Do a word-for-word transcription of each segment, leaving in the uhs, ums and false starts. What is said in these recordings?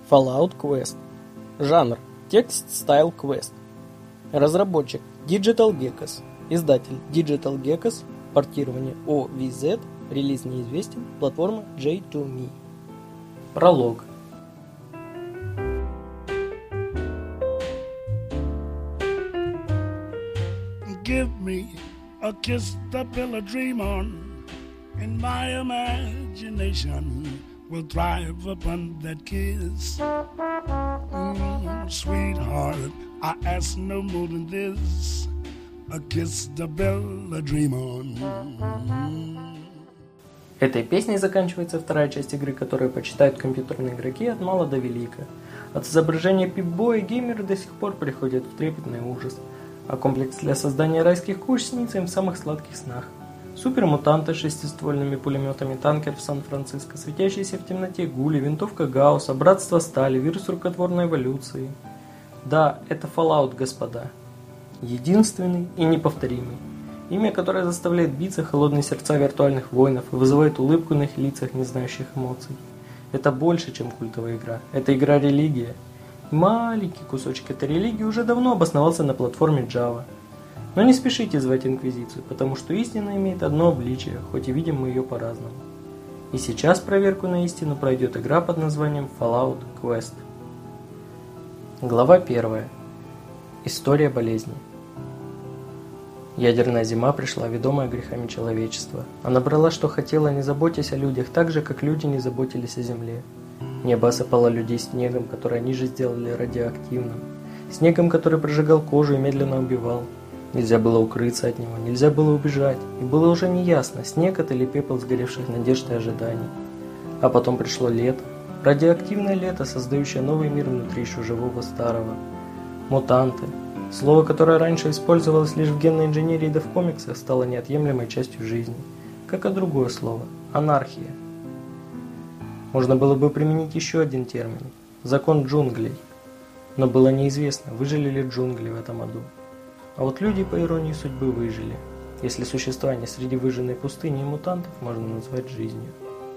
Fallout Quest. Жанр – текст-стайл квест. Разработчик – Digital Geckos. Издатель – Digital Geckos. Портирование о ви зет. Релиз неизвестен. Платформа джей ту ми. Пролог. Give me a kiss to build a dream on, and my imagination will thrive upon that kiss. Mm, sweetheart, I ask no more than this, a kiss to build a dream on. Mm. Этой песней заканчивается вторая часть игры, которую почитают компьютерные игроки от мала до велика. От изображения Пип-Боя геймеры до сих пор приходят в трепетный ужас, а комплекс для создания райских куч снится им в самых сладких снах. Супермутанты с шестиствольными пулеметами, танкер в Сан-Франциско, светящиеся в темноте гули, винтовка Гаусса, братство стали, вирус рукотворной эволюции. Да, это Fallout, господа. Единственный и неповторимый. Имя, которое заставляет биться холодные сердца виртуальных воинов и вызывает улыбку на их лицах, не знающих эмоций. Это больше, чем культовая игра. Это игра-религия. Маленький кусочек этой религии уже давно обосновался на платформе Java. Но не спешите звать Инквизицию, потому что истина имеет одно обличие, хоть и видим мы ее по-разному. И сейчас проверку на истину пройдет игра под названием Fallout Quest. Глава первая. История болезни. Ядерная зима пришла, ведомая грехами человечества. Она брала, что хотела, не заботясь о людях, так же, как люди не заботились о земле. Небо осыпало людей снегом, который они же сделали радиоактивным. Снегом, который прожигал кожу и медленно убивал. Нельзя было укрыться от него, нельзя было убежать. И было уже неясно, снег это или пепел сгоревших надежд и ожиданий. А потом пришло лето. Радиоактивное лето, создающее новый мир внутри еще живого старого. Мутанты. Слово, которое раньше использовалось лишь в генной инженерии да в комиксах, стало неотъемлемой частью жизни. Как и другое слово – анархия. Можно было бы применить еще один термин – закон джунглей. Но было неизвестно, выжили ли джунгли в этом аду. А вот люди, по иронии судьбы, выжили, если существование среди выжженной пустыни и мутантов можно назвать жизнью.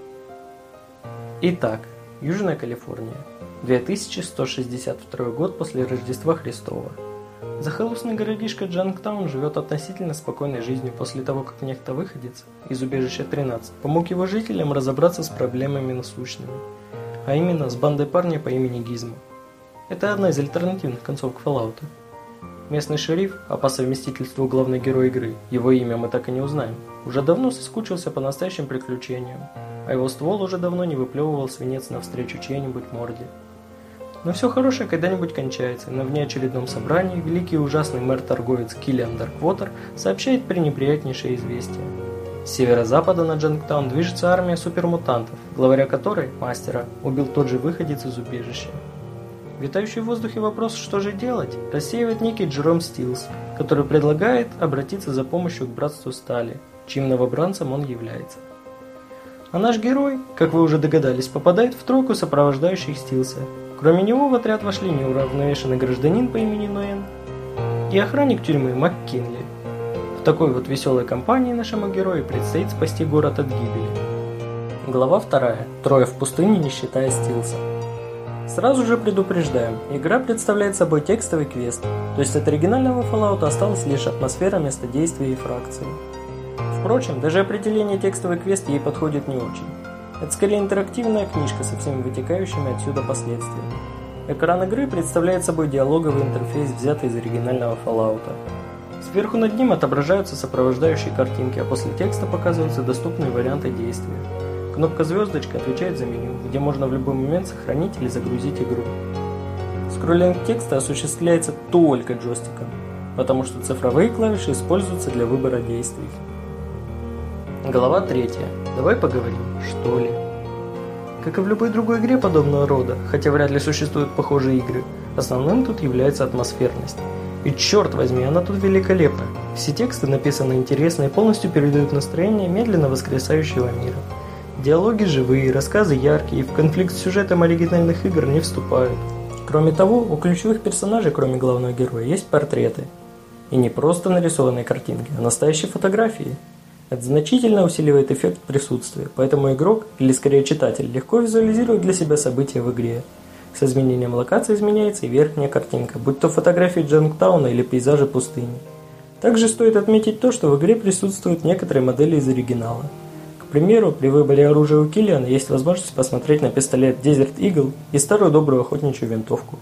Итак, Южная Калифорния, две тысячи сто шестьдесят второй год после Рождества Христова. Захолустный городишко Джанктаун живет относительно спокойной жизнью после того, как некто выходец из убежища тринадцать помог его жителям разобраться с проблемами насущными, а именно с бандой парня по имени Гизмо. Это одна из альтернативных концовок Fallout. Местный шериф, а по совместительству главный герой игры, его имя мы так и не узнаем, уже давно соскучился по настоящим приключениям, а его ствол уже давно не выплевывал свинец навстречу чьей-нибудь морде. Но все хорошее когда-нибудь кончается, и на внеочередном собрании великий и ужасный мэр-торговец Киллиан Дарквотер сообщает пренеприятнейшее известие. С северо-запада на Джанктаун движется армия супермутантов, главаря которой, мастера, убил тот же выходец из убежища. Витающий в воздухе вопрос, что же делать, рассеивает некий Джером Стилс, который предлагает обратиться за помощью к братству стали, чьим новобранцем он является. А наш герой, как вы уже догадались, попадает в тройку сопровождающих Стилса. Кроме него в отряд вошли неуравновешенный гражданин по имени Ноэн и охранник тюрьмы МакКинли. В такой вот веселой компании нашему герою предстоит спасти город от гибели. Глава вторая. Трое в пустыне, не считая Стилса. Сразу же предупреждаем, игра представляет собой текстовый квест, то есть от оригинального Fallout осталась лишь атмосфера, место действия и фракции. Впрочем, даже определение текстовый квест ей подходит не очень. Это скорее интерактивная книжка со всеми вытекающими отсюда последствиями. Экран игры представляет собой диалоговый интерфейс, взятый из оригинального Fallout. Сверху над ним отображаются сопровождающие картинки, а после текста показываются доступные варианты действия. Кнопка «Звездочка» отвечает за меню, где можно в любой момент сохранить или загрузить игру. Скроллинг текста осуществляется только джойстиком, потому что цифровые клавиши используются для выбора действий. Глава третья. Давай поговорим, что ли? Как и в любой другой игре подобного рода, хотя вряд ли существуют похожие игры, основным тут является атмосферность. И черт возьми, она тут великолепна. Все тексты написаны интересно и полностью передают настроение медленно воскресающего мира. Диалоги живые, рассказы яркие и в конфликт с сюжетом оригинальных игр не вступают. Кроме того, у ключевых персонажей, кроме главного героя, есть портреты. И не просто нарисованные картинки, а настоящие фотографии. Это значительно усиливает эффект присутствия, поэтому игрок, или скорее читатель, легко визуализирует для себя события в игре. К С изменением локации изменяется и верхняя картинка, будь то фотографии Джанктауна или пейзажи пустыни. Также стоит отметить то, что в игре присутствуют некоторые модели из оригинала. К примеру, при выборе оружия у Киллиана есть возможность посмотреть на пистолет Desert Eagle и старую добрую охотничью винтовку.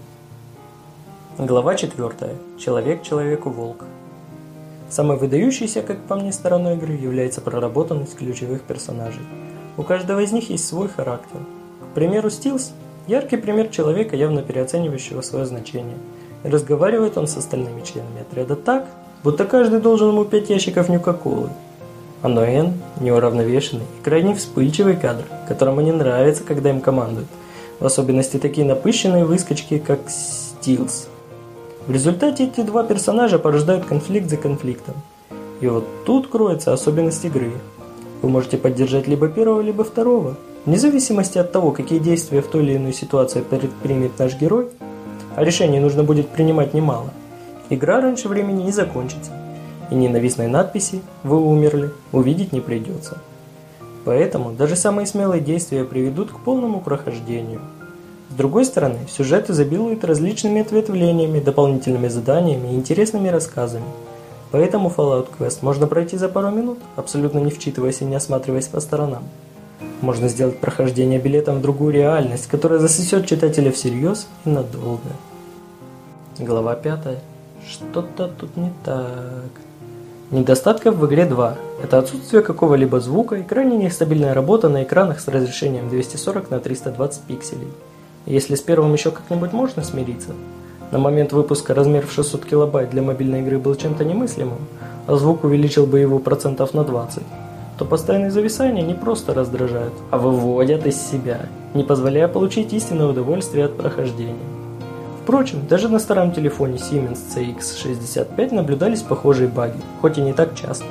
Глава четвёртая. Человек человеку волк. Самой выдающейся, как по мне, стороной игры является проработанность ключевых персонажей. У каждого из них есть свой характер. К примеру, Стилс – яркий пример человека, явно переоценивающего свое значение. И разговаривает он с остальными членами отряда так, будто каждый должен ему пять ящиков нюка-колы. А Ноэн – неуравновешенный и крайне вспыльчивый кадр, которому не нравится, когда им командуют. В особенности такие напыщенные выскочки, как Стилс. В результате эти два персонажа порождают конфликт за конфликтом. И вот тут кроется особенность игры. Вы можете поддержать либо первого, либо второго. Вне зависимости от того, какие действия в той или иной ситуации предпримет наш герой, а решений нужно будет принимать немало, игра раньше времени не закончится. И ненавистной надписи «Вы умерли» увидеть не придется. Поэтому даже самые смелые действия приведут к полному прохождению. С другой стороны, сюжет изобилует различными ответвлениями, дополнительными заданиями и интересными рассказами. Поэтому Fallout Quest можно пройти за пару минут, абсолютно не вчитываясь и не осматриваясь по сторонам. Можно сделать прохождение билетом в другую реальность, которая засосет читателя всерьез и надолго. Глава пятая. Что-то тут не так. Недостатков в игре два. Это отсутствие какого-либо звука и крайне нестабильная работа на экранах с разрешением двести сорок на триста двадцать пикселей. Если с первым еще как-нибудь можно смириться, на момент выпуска размер в шестьсот килобайт для мобильной игры был чем-то немыслимым, а звук увеличил бы его процентов на двадцать, то постоянные зависания не просто раздражают, а выводят из себя, не позволяя получить истинное удовольствие от прохождения. Впрочем, даже на старом телефоне Siemens си икс шестьдесят пять наблюдались похожие баги, хоть и не так часто.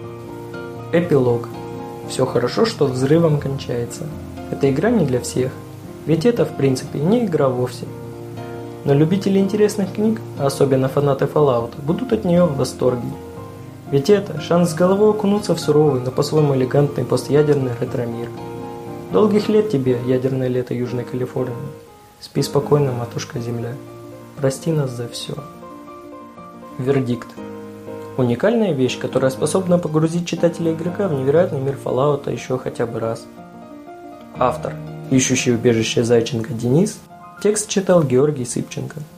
Эпилог. Все хорошо, что взрывом кончается. Эта игра не для всех. Ведь это, в принципе, не игра вовсе. Но любители интересных книг, а особенно фанаты Fallout, будут от нее в восторге. Ведь это шанс с головой окунуться в суровый, но по-своему элегантный постядерный ретро-мир. Долгих лет тебе, ядерное лето Южной Калифорнии. Спи спокойно, матушка Земля. Прости нас за все. Вердикт. Уникальная вещь, которая способна погрузить читателя-игрока в невероятный мир Fallout еще хотя бы раз. Автор. Ищущий убежище Зайченко Денис. Текст читал Георгий Сыпченко.